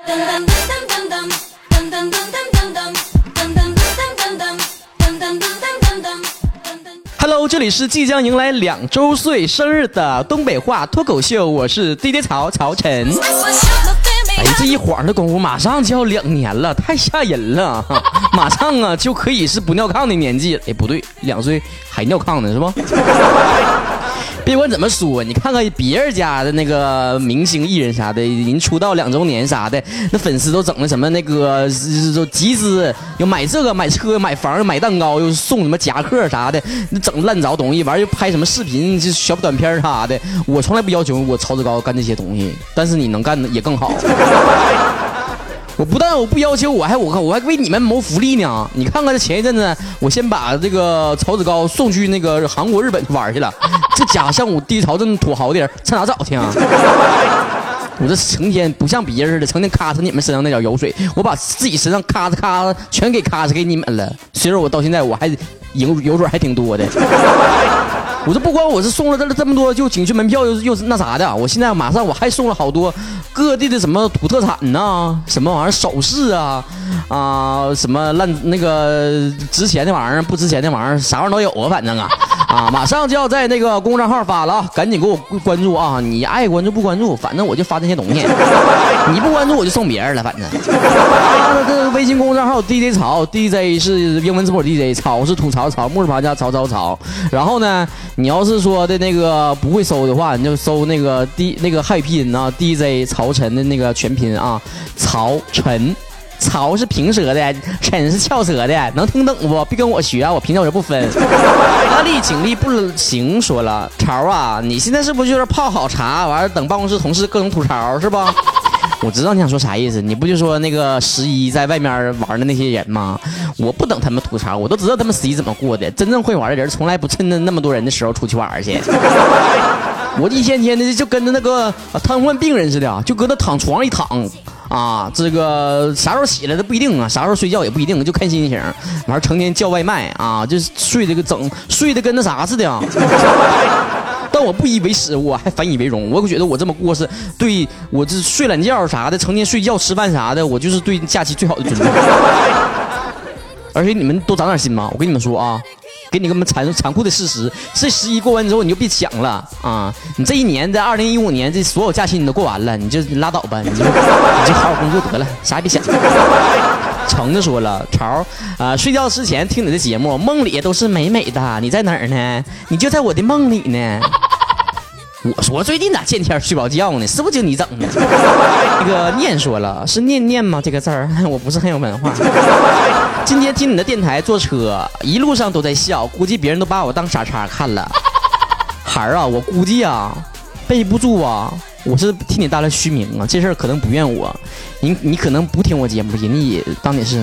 Hello， 这里是即将迎来2周岁生日的东北话脱口秀，我是 DJ 曹晨。哎，这一晃的功夫，马上就要2年了，太吓人了！马上啊，就可以是不尿炕的年纪了。哎，不对，2岁还尿炕呢，是吧？别管怎么说，你看看别人家的那个明星艺人啥的，人出道2周年啥的，那粉丝都整了什么那个集资，又买这个买车买房买蛋糕，又送什么夹克啥的，那整烂糟东西，完又拍什么视频就小短片啥的。我从来不要求我曹子高干这些东西，但是你能干的也更好。我不但我不要求，我还为你们谋福利呢。你看看这前一阵子，我先把这个曹子高送去那个韩国、日本玩去了。这家像我低潮这么土豪的人，上哪找去啊？我这成天不像别人似的，成天咔嚓你们身上那点油水，我把自己身上咔嚓咔嚓全给咔嚓给你们了。虽然我到现在我还油水还挺多的。我这不光我是送了这么多就景区门票又那啥的，我现在马上我还送了好多各地的什么土特产呐，什么玩意儿首饰啊，什么那个值钱的玩意儿不值钱的玩意儿啥玩意儿都有啊，反正马上就要在那个公众账号发了啊，赶紧给我关注啊！你爱关注不关注，反正我就发这些东西，你不关注我就送别人了，反正。这微信公众账号 DJ 曹 ，DJ 是英文字母 DJ， 曹是吐槽曹，木字旁加曹。然后呢，你要是说的那个不会搜的话，你就搜那个汉语拼音啊 ，DJ 曹晨的那个全拼啊，曹晨。曹是平舌的，陈是翘舌的，能听懂不？别跟我学啊，我平常我就不分。阿丽警力不行说了，曹啊，你现在是不是就是泡好茶，完了等办公室同事各种吐槽是吧？我知道你想说啥意思，你不就说那个11在外面玩的那些人吗？我不等他们吐槽，我都知道他们11怎么过的。真正会玩的人从来不趁着那么多人的时候出去玩去。我一天天的就跟着那个瘫痪病人似的，就搁那躺床上一躺啊，这个啥时候起来都不一定啊，啥时候睡觉也不一定，就看心情。完成天叫外卖啊，就是睡得跟那啥似的啊。但我不以为耻，我还反以为荣。我觉得我这么过是对我这睡懒觉啥的，成天睡觉吃饭啥的，我就是对假期最好的尊重。而且你们都长点心嘛，我跟你们说啊，给你个残酷的事实，这11过完之后你就别想了啊！你这一年在2015年这所有假期你都过完了，你就拉倒吧，你就好好工作得了，啥也别想。橙子说了，曹睡觉之前听你的节目，梦里都是美美的，你在哪儿呢？你就在我的梦里呢。我说最近咋见天睡不着觉呢？是不是就你整的？那个念说了，是念吗？这个字儿我不是很有文化。今天听你的电台坐车，一路上都在笑，估计别人都把我当傻叉看了。孩儿啊，我估计啊，背不住啊，我是替你带来虚名啊，这事儿可能不怨我，你可能不听我节目，人家也当你是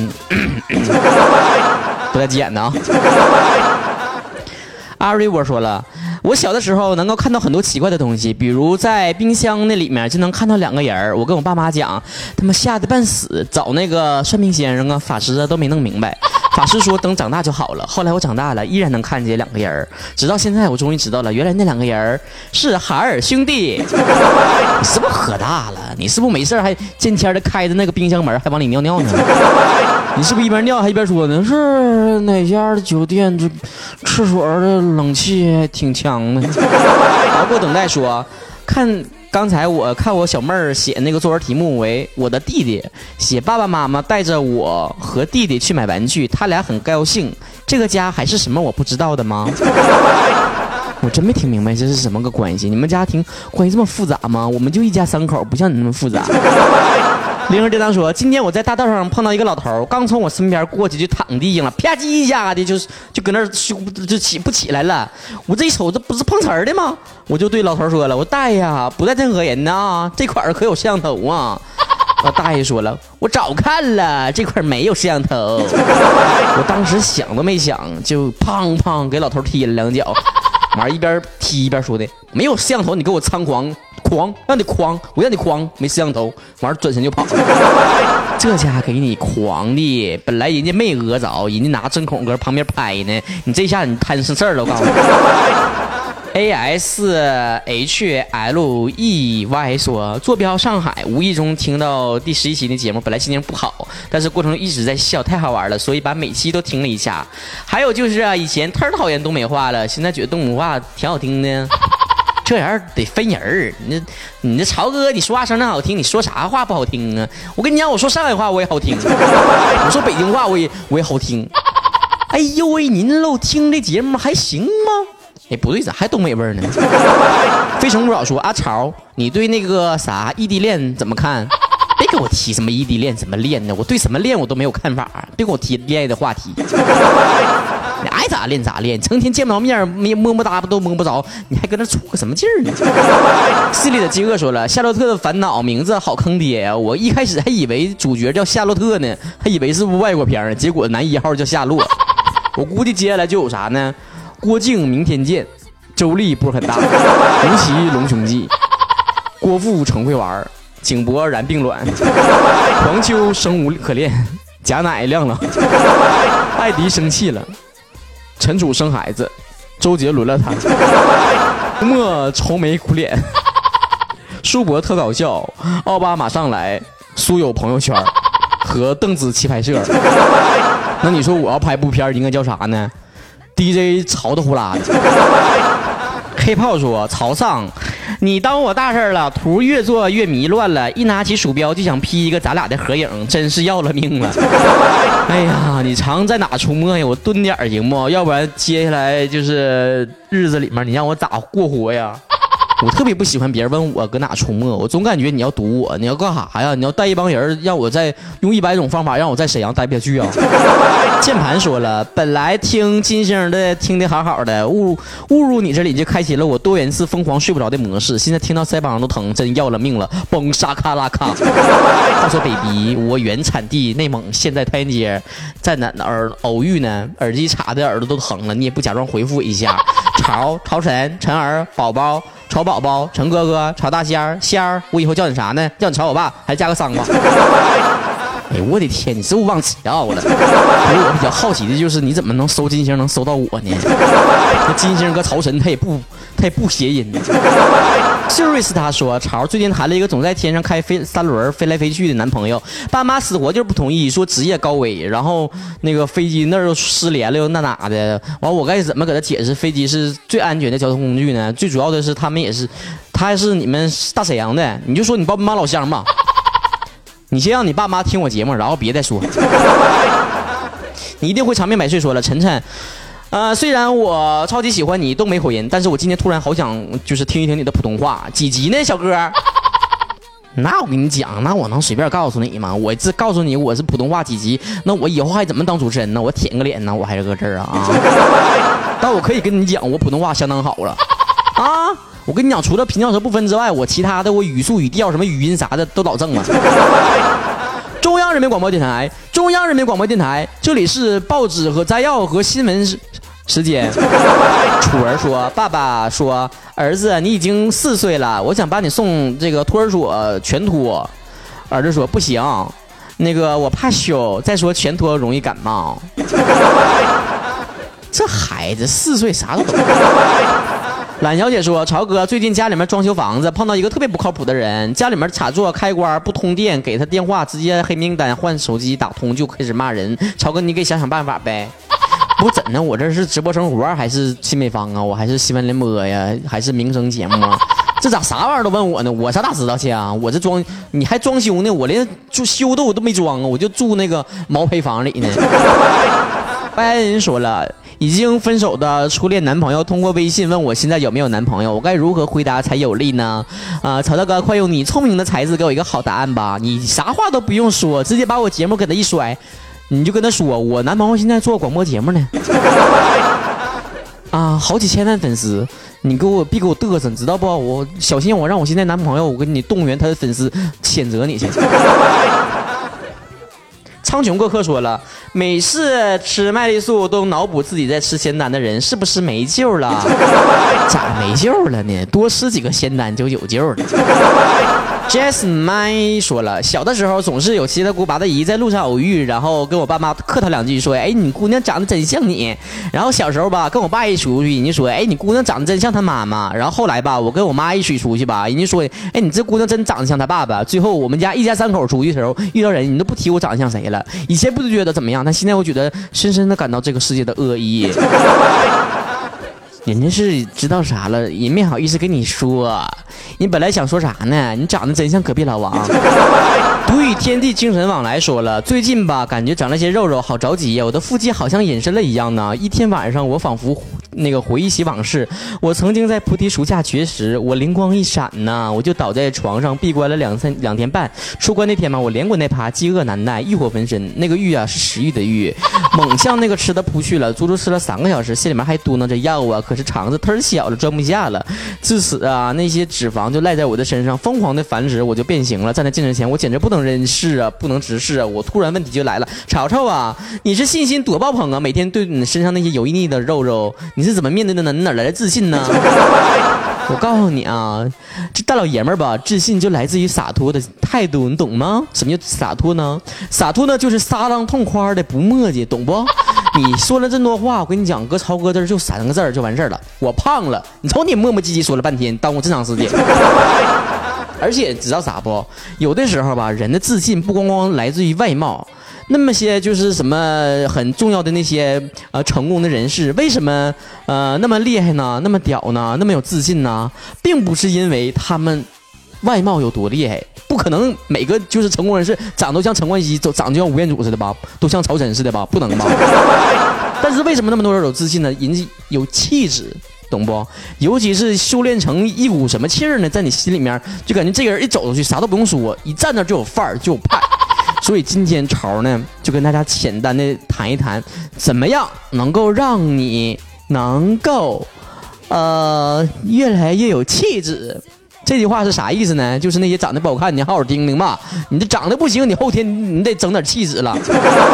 不带急眼的啊。阿瑞我说了，我小的时候能够看到很多奇怪的东西，比如在冰箱那里面就能看到2个人。我跟我爸妈讲，他们吓得半死，找那个算命先生啊、法师啊都没弄明白。法师说等长大就好了。后来我长大了，依然能看见2个人，直到现在我终于知道了，原来那2个人是海尔兄弟。你是不是喝大了？你是不是没事还见天的开着那个冰箱门还往里尿尿呢？你是不是一边尿还一边说呢？是哪家的酒店这厕所的冷气挺强的。熬过等待说，刚才我看我小妹儿写那个作文题目为我的弟弟，写爸爸妈妈带着我和弟弟去买玩具，他俩很高兴。这个家还是什么我不知道的吗？我真没听明白这是什么个关系，你们家庭关系这么复杂吗？我们就一家3口，不像你那么复杂。灵儿电当说，今天我在大道上碰到一个老头，刚从我身边过去就躺地上了，啪叽一下的就搁那儿就起不起来了。我这一瞅，这不是碰瓷儿的吗？我就对老头说了，我大爷呀，不带任何人呐，这块儿可有摄像头啊。大爷说了，我早看了，这块没有摄像头。我当时想都没想，就砰给老头踢了2脚。完一边踢一边说的，没有摄像头你给我猖狂让你狂，我让你狂，没摄像头。完转身就跑了。这家给你狂的，本来人家没讹着，人家拿针孔搁旁边拍呢，你这下你摊上事儿了，我告诉你。 ASHLEY 说，坐标上海，无意中听到第11期的节目，本来心情不好，但是过程中一直在笑，太好玩了，所以把每期都听了一下。还有就是以前忒讨厌东北话了，现在觉得东北话挺好听的。这人得分人，你这曹哥，你说话声那好听，你说啥话不好听啊？我跟你讲，我说上海话我也好听，我说北京话我也好听。哎呦喂，您喽听这节目还行吗？哎，不对，咋还东北味呢？非诚勿扰说，阿曹，你对那个啥异地恋怎么看？别给我提什么异地恋怎么恋呢？我对什么恋我都没有看法，别给我提恋爱的话题。你爱咋练咋练，成天见不着面，摸摸搭都摸不着，你还搁那出个什么劲儿呢？犀利的饥饿说了，夏洛特的烦恼名字好坑爹呀！我一开始还以为主角叫夏洛特呢，还以为是部外国片，结果男一号叫夏洛。我估计接下来就有啥呢？郭靖明天见，周丽波很大，吴奇龙兄记，郭富成会玩，景博染病卵，黄秋生无可恋，贾乃亮了，艾迪生气了。陈楚生孩子，周杰伦了他，吴莫愁眉苦脸，舒博特搞笑，奥巴马上来，苏有朋友圈和邓紫棋拍摄。那你说我要拍部片应该叫啥呢？ DJ 潮的呼啦的。黑炮说：“曹上，你当我大事了，图越做越迷乱了，一拿起鼠标就想 P 一个咱俩的合影，真是要了命了。哎呀，你常在哪出没呀？我蹲点行不？要不然接下来就是日子里面你让我咋过活呀？”我特别不喜欢别人问我搁哪出没，我总感觉你要堵我，你要干啥呀？你要带一帮人让我再用100种方法让我在沈阳待不下去啊！键盘说了，本来听金星的听得好好的，误入你这里就开启了我多元次疯狂睡不着的模式，现在听到腮帮都疼，真要了命了，崩沙卡拉卡。话说 baby， 我原产地内蒙，现在太原街在哪儿偶遇呢？耳机插的耳朵都疼了，你也不假装回复一下。曹晨、陈儿、宝宝。曹宝宝、陈哥哥、曹大仙儿，我以后叫你啥呢？叫你曹我爸，还加个桑吧。哎，我的天，你是不是忘词了？不过我比较好奇的就是你怎么能搜金星能搜到我呢？那金星和曹神他也不谐音。秀瑞斯他说，曹最近谈了一个总在天上开三轮飞来飞去的男朋友，爸妈死活就是不同意，说职业高危，然后那个飞机那儿又失联了又那哪的，完我该怎么给他解释飞机是最安全的交通工具呢？最主要的是他是你们大沈阳的，你就说你爸妈老乡吧。你先让你爸妈听我节目，然后别再说。你一定会长命百岁。说了，晨晨，虽然我超级喜欢你东北口音，但是我今天突然好想就是听一听你的普通话，几级呢，小哥？那我跟你讲，那我能随便告诉你吗？我这告诉你我是普通话几级，那我以后还怎么当主持人呢？我舔个脸呢，我还是搁这儿啊。但我可以跟你讲，我普通话相当好了啊。我跟你讲，除了平翘舌不分之外，我其他的我语速语调什么语音啥的都老正了。中央人民广播电台，中央人民广播电台，这里是报纸和摘要和新闻时间。楚儿说，爸爸说，儿子你已经4岁了，我想把你送这个托儿所全托。儿子说不行，那个我怕羞，再说全托容易感冒。这孩子4岁啥都懂。懒小姐说，曹哥最近家里面装修房子，碰到一个特别不靠谱的人，家里面插座开关不通电，给他电话直接黑名单，换手机打通就开始骂人。曹哥你给想想办法呗。不怎的，我这是直播生活还是新北方啊？我还是新闻联播呀，还是民生节目啊？这咋啥玩意儿都问我呢？我啥哪知道去啊？我这装你还装修呢，我连就修的我都没装啊，我就住那个毛坯房里呢。拜人说了，已经分手的初恋男朋友通过微信问我现在有没有男朋友，我该如何回答才有利呢？曹大哥，快用你聪明的才智给我一个好答案吧！你啥话都不用说，直接把我节目给他一甩，你就跟他说，我男朋友现在做广播节目呢。好几千万粉丝，你别给我嘚瑟，你知道不？我小心我让我现在男朋友，我跟你动员他的粉丝谴责你去。苍穹过客说了，每次吃麦丽素都脑补自己在吃仙丹的人是不是没救了？咋没救了呢？多吃几个仙丹就有救了。 Jess 麦说了，小的时候总是有七大姑八大姨在路上偶遇，然后跟我爸妈客套两句，说：“哎，你姑娘长得真像你。”然后小时候吧，跟我爸一出去，人家说：“哎，你姑娘长得真像他妈妈。”然后后来吧，我跟我妈一起出去吧，人家说：“哎，你这姑娘真长得像他爸爸。”最后我们家一家三口出去的时候，遇到人你都不提我长得像谁了。以前不觉得怎么样，但现在我觉得深深的感到这个世界的恶意。人家是知道啥了，也没好意思跟你说。你本来想说啥呢？你长得真像隔壁老王。独与天地精神往来说了，最近吧，感觉长了些肉肉，好着急呀！我的腹肌好像隐身了一样呢。一天晚上，我仿佛回忆起往事，我曾经在菩提树下绝食，我灵光一闪呢，我就倒在床上闭关了两天半。出关那天嘛，我连滚带爬，饥饿难耐，欲火焚身。那个欲啊，是食欲的欲，猛向那个吃的扑去了，足足吃了3个小时，心里面还嘟囔着要啊，可是肠子忒小了，装不下了。自此啊，那些脂肪就赖在我的身上，疯狂的繁殖，我就变形了。站在镜子前，我简直不能人事啊，不能直视啊！我突然问题就来了，吵吵啊，你是信心多爆棚啊！每天对你身上那些油腻的肉肉，你是怎么面对的呢？你哪来的自信呢？我告诉你啊，这大老爷们儿吧，自信就来自于洒脱的态度，你懂吗？什么叫洒脱呢？洒脱呢，就是撒浪痛快的，不磨叽，懂不？你说了这么多话，我跟你讲，搁超哥这儿就3个字就完事儿了。我胖了，你瞅你磨磨唧唧说了半天，耽误这长时间。而且知道啥不？有的时候吧，人的自信不光光来自于外貌。那么些就是什么很重要的那些成功的人士，为什么那么厉害呢？那么屌呢？那么有自信呢？并不是因为他们外貌有多厉害，不可能每个就是成功人士长都像陈冠希，长得就像吴彦祖似的吧，都像曹晨似的吧，不能吧？但是为什么那么多人有自信呢？人家有气质。懂不？尤其是修炼成一股什么气儿呢，在你心里面就感觉这个人一走出去啥都不用说，一站那就有范儿，就有派。所以今天潮呢，就跟大家简单的谈一谈，怎么样能够让你能够越来越有气质。这句话是啥意思呢？就是那些长得不好看，你好好听听吧。你这长得不行，你后天你得整点气质了。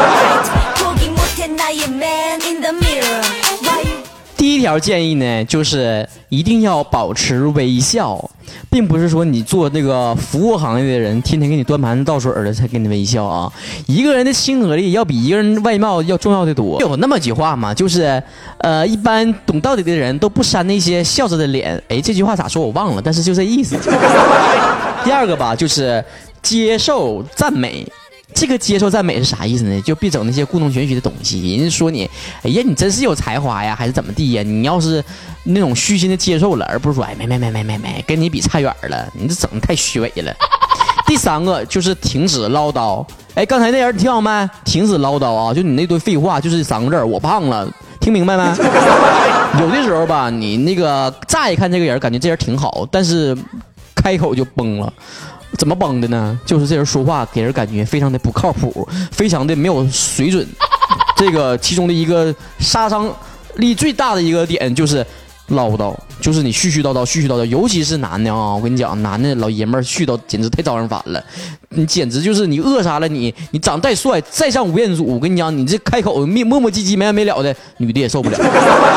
第一条建议呢，就是一定要保持微笑，并不是说你做那个服务行业的人天天给你端盘子倒水的才给你微笑啊。一个人的亲和力要比一个人外貌要重要的多。有那么句话嘛，就是一般懂道理的人都不扇那些笑着的脸。哎，这句话咋说我忘了，但是就这意思。第二个吧，就是接受赞美。这个接受赞美是啥意思呢？就别整那些故弄玄虚的东西。人家说你，哎呀，你真是有才华呀，还是怎么地呀？你要是那种虚心的接受了，而不是说，哎，没，跟你比差远了，你这整的太虚伪了。第三个就是停止唠叨。哎，刚才那人听好没？停止唠叨啊！就你那堆废话，就是3个字，我胖了，听明白没？有的时候吧，你那个乍一看这个人，感觉这人挺好，但是开口就崩了。怎么崩的呢？就是这人说话给人感觉非常的不靠谱，非常的没有水准。这个其中的一个杀伤力最大的一个点就是唠叨，就是你絮絮叨叨，尤其是男的啊，我跟你讲，男的老爷们儿絮叨简直太招人烦了。你简直就是你扼杀了你长再帅再像吴彦祖，我跟你讲，你这开口磨磨唧唧没完没了的，女的也受不了。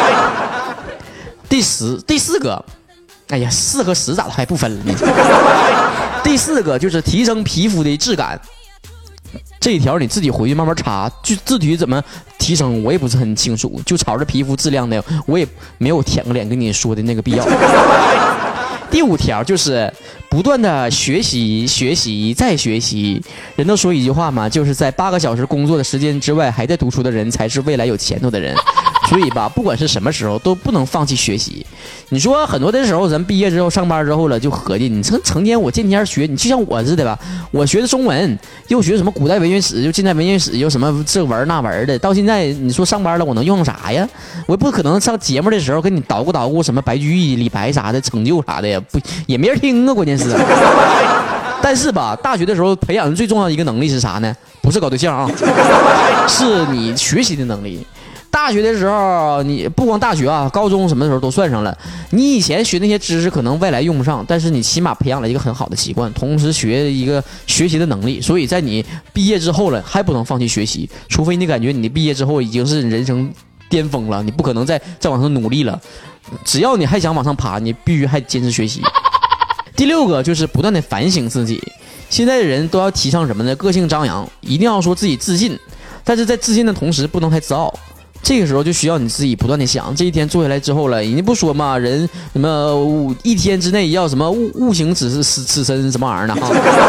第四个，哎呀，4和10咋还不分了呢？第4个就是提升皮肤的质感，这一条你自己回去慢慢查，就至于怎么提升我也不是很清楚，就朝着皮肤质量的我也没有舔个脸跟你说的那个必要。第5条就是不断的学习再学习。人都说一句话嘛，就是在8个小时工作的时间之外还在读书的人才是未来有前途的人。所以吧，不管是什么时候都不能放弃学习。你说很多的时候，咱毕业之后上班之后了，就合计你成天我天天学，你就像我似的吧，我学的中文，又学什么古代文学史，又近代文学史，又什么这文那文的，到现在你说上班了，我能用啥呀？我也不可能上节目的时候跟你捣鼓什么白居易、李白啥的成就啥的呀，不也没人听啊，关键是。但是吧，大学的时候培养的最重要的一个能力是啥呢？不是搞对象啊，是你学习的能力。大学的时候，你不光大学啊，高中什么时候都算上了。你以前学那些知识可能未来用不上，但是你起码培养了一个很好的习惯，同时学一个学习的能力。所以在你毕业之后了，还不能放弃学习，除非你感觉你毕业之后已经是人生巅峰了，你不可能再往上努力了。只要你还想往上爬，你必须还坚持学习。 第6个就是不断的反省自己。现在的人都要提倡什么呢？个性张扬，一定要说自己自信，但是在自信的同时不能太自傲。这个时候就需要你自己不断的想，这一天做下来之后了，人家不说嘛，人什么一天之内要什么悟行此身什么玩意儿呢？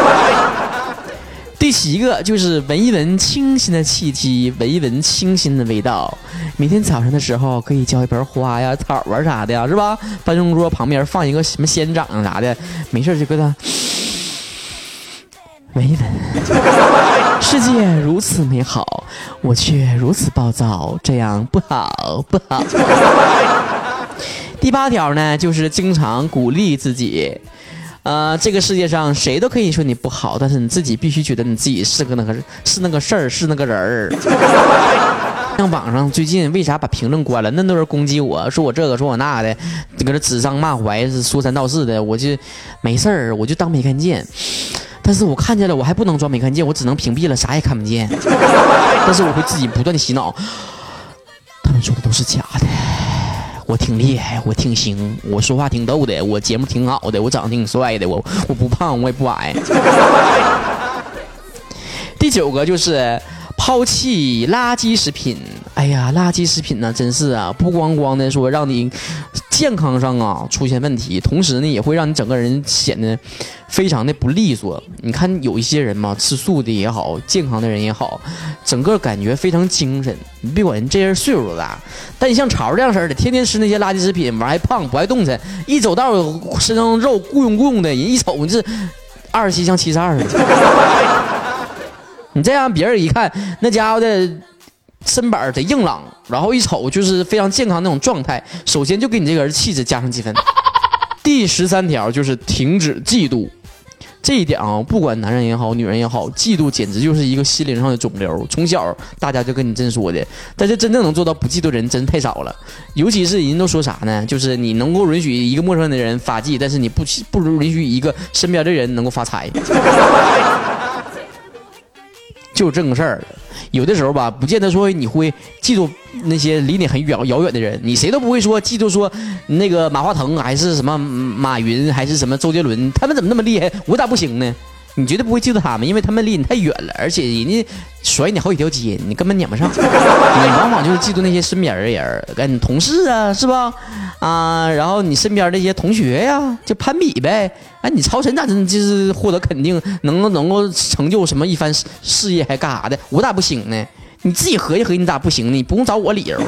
第7个就是闻一闻清新的气息，闻一闻清新的味道。每天早上的时候可以浇一盆花呀、草啊啥的呀，是吧？办公桌旁边放一个什么仙掌啥的，没事就搁它闻一闻。世界如此美好，我却如此暴躁，这样不好不好。第8条呢，就是经常鼓励自己。这个世界上谁都可以说你不好，但是你自己必须觉得你自己是那个事儿，是那个人儿。像网上最近为啥把评论关了？那都是攻击我，说我这个说我那的，搁这指桑骂槐，是说三道四的，我就没事儿，我就当没看见。但是我看见了，我还不能装没看见，我只能屏蔽了，啥也看不见。但是我会自己不断的洗脑，他们说的都是假的。我挺厉害，我挺行，我说话挺逗的，我节目挺好的，我长得挺帅的，我不胖，我也不矮。第9个就是抛弃垃圾食品。哎呀，垃圾食品呢，真是啊，不光的说让你健康上啊出现问题，同时呢也会让你整个人显得非常的不利索。你看有一些人嘛，吃素的也好，健康的人也好，整个感觉非常精神。你别管这人岁数多大，但你像潮这样式的，天天吃那些垃圾食品，完还胖不爱动弹，一走道身上肉雇佣的，人一瞅你这27像72似的。你这样别人一看，那家伙的身板得硬朗，然后一瞅就是非常健康那种状态，首先就给你这个人气质加上几分。第13条就是停止嫉妒。这一点啊，不管男人也好，女人也好，嫉妒简直就是一个心灵上的肿瘤。从小大家就跟你这么说的，但是真正能做到不嫉妒的人真太少了。尤其是人都说啥呢？就是你能够允许一个陌生的人发迹，但是你不允许一个身边的人能够发财。就这个事儿，有的时候吧，不见得说你会嫉妒那些离你很遥远的人，你谁都不会说嫉妒说那个马化腾还是什么马云还是什么周杰伦，他们怎么那么厉害，我咋不行呢？你绝对不会嫉妒他们，因为他们离你太远了，而且人家甩你好几条街，你根本撵不上。你往往就是嫉妒那些身边的人，跟同事啊，是吧？然后你身边那些同学呀，就攀比呗。你超神咋真就是获得肯定，能够成就什么一番事业还干啥的，我咋不行呢？你自己合计合计，你咋不行呢？你不用找我理由。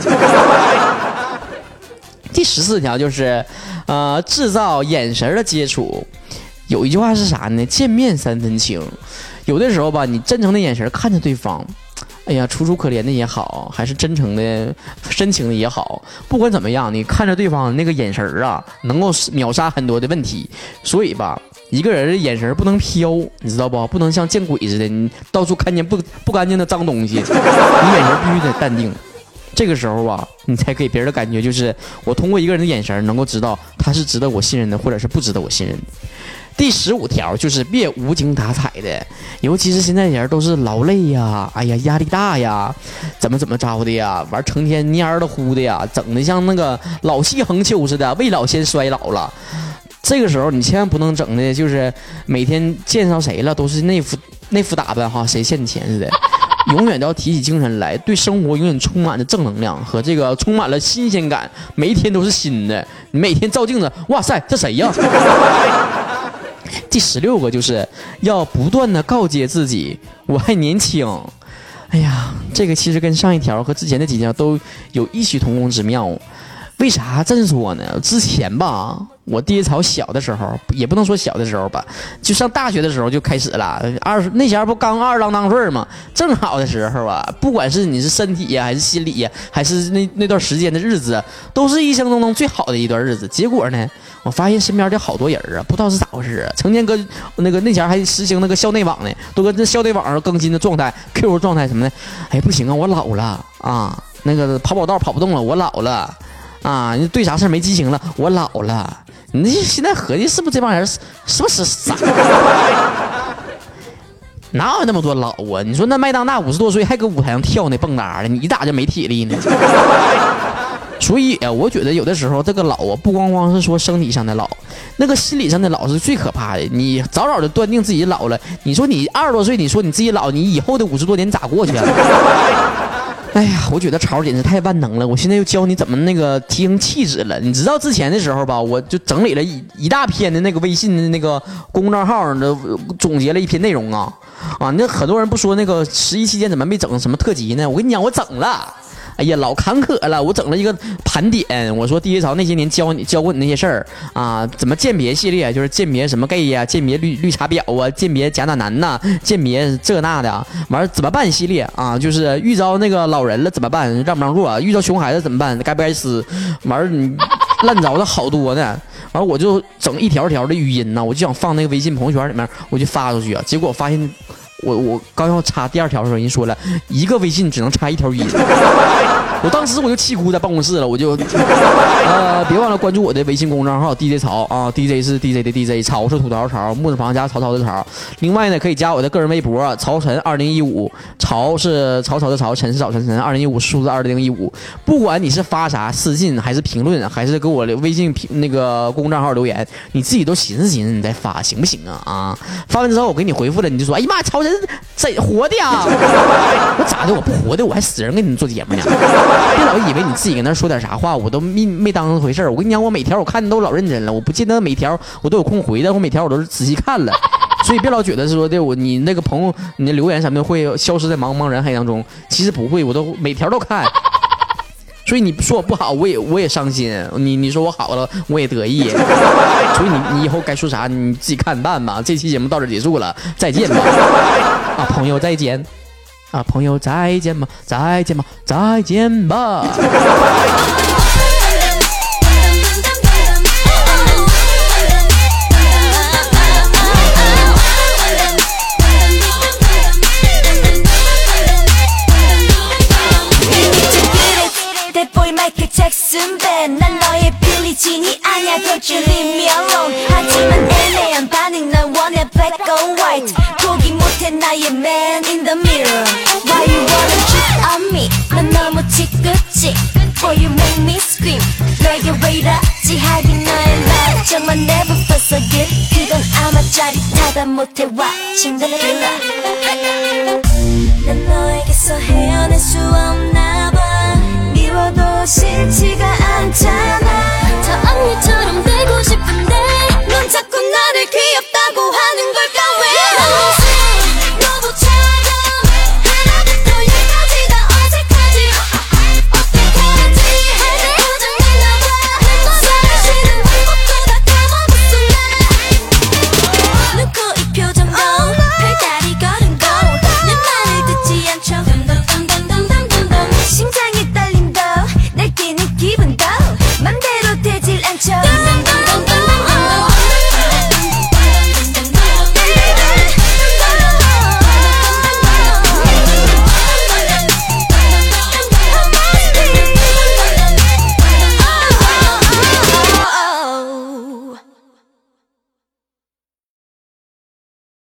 第14条就是制造眼神的接触。有一句话是啥呢？见面3分情。有的时候吧，你真诚的眼神看着对方，哎呀，楚楚可怜的也好，还是真诚的深情的也好，不管怎么样，你看着对方那个眼神啊，能够秒杀很多的问题。所以吧，一个人的眼神不能飘，你知道不？不能像见鬼似的，你到处看见不干净的脏东西，你眼神必须得淡定。这个时候啊，你才给别人的感觉就是我通过一个人的眼神能够知道他是值得我信任的，或者是不值得我信任的。第15条就是别无精打采的，尤其是现在人都是劳累呀，哎呀压力大呀，怎么着的呀，完成天蔫的乎的呀，整的像那个老气横秋似的，未老先衰老了。这个时候你千万不能整的就是每天见到谁了都是那副打扮哈，谁欠你钱似的。永远都要提起精神来，对生活永远充满着正能量和这个充满了新鲜感，每一天都是新的。你每天照镜子，哇塞，这谁呀？第16个就是要不断的告诫自己，我还年轻。哎呀，这个其实跟上一条和之前的几条都有异曲同工之妙。为啥这么说呢？之前吧，我爹草小的时候，也不能说小的时候吧，就上大学的时候就开始了。那前不刚22啷岁嘛，正好的时候啊，不管是你是身体呀，还是心理呀，还是那段时间的日子，都是一生当中最好的一段日子。结果呢，我发现身边的好多人啊，不知道是咋回事啊，成天跟那前还实行那个校内网呢，都跟这校内网上更新的状态、QQ 状态什么的。哎，不行啊，我老了啊，那个跑跑道跑不动了，我老了。你对啥事没激情了？我老了，你现在合计是不是这帮人是不是傻？哪有那么多老啊？你说那麦当娜50多岁还搁舞台上跳呢，蹦跶的，你咋就没体力呢？ 所以我觉得有的时候这个老啊，不光光是说身体上的老，那个心理上的老是最可怕的。你早早的断定自己老了，你说你20多岁，你说你自己老，你以后的50多年咋过去啊？哎呀，我觉得曹简直太万能了。我现在又教你怎么那个提升气质了。你知道之前的时候吧，我就整理了一大篇的那个微信的那个公众账号的总结了一篇内容啊。那很多人不说那个11期间怎么没整什么特辑呢？我跟你讲，我整了。哎呀，老坎坷了！我整了一个盘点，我说DJ曹那些年教过你那些事儿啊，怎么鉴别系列，就是鉴别什么 gay 呀、鉴别绿茶婊啊，鉴别假男呐、鉴别这那的，完了怎么办系列啊，就是遇着那个老人了怎么办，让不让座？遇着熊孩子怎么办，该不该撕？完了你烂着的好多呢。完了我就整一条条的语音呢，我就想放那个微信朋友圈里面，我就发出去啊，结果发现。我刚要插第2条的时候，人说了一个微信只能插1条语音，我当时我就气哭在办公室了，我就别忘了关注我的微信公众账号 DJ 曹啊 ，DJ 是 DJ 的 DJ， 曹是土豆曹，木字旁加曹操的曹。另外呢，可以加我的个人微博曹晨2015，曹是曹操的曹，晨是早晨晨，2015数字2015。不管你是发啥私信还是评论，还是给我的微信那个公众账号留言，你自己都寻思寻思你再发行不行啊？发完之后我给你回复了，你就说哎呀妈，曹晨怎活的呀？我咋的？我不活的，我还死人给你做节目呢。别老以为你自己搁那说点啥话，我都没当回事儿。我跟你讲，我每条我看的都老认真了，我不见得每条我都有空回的，我每条我都是仔细看了。所以别老觉得说的你那个朋友你的留言什么的会消失在茫茫人海当中，其实不会，我都每条都看。所以你说我不好，我也伤心。你说我好了，我也得意。所以你以后该说啥你自己看办吧。这期节目到这结束了，再见吧。啊，朋友再见。啊，朋友再见吧，再见吧，再见吧。 난 너의 빌리진이 아냐 Don't you leave me alone 하지만 애매한 반응 난 원해 black or white 포기 못해 나의 man in the mirror Why you wanna cheat on me 난 너무 지긋지 Boy you make me scream 너에게 왜 이러지 하긴 너의 말 정말 never felt so good 그건 아마 짜릿하다 못해 watching the killer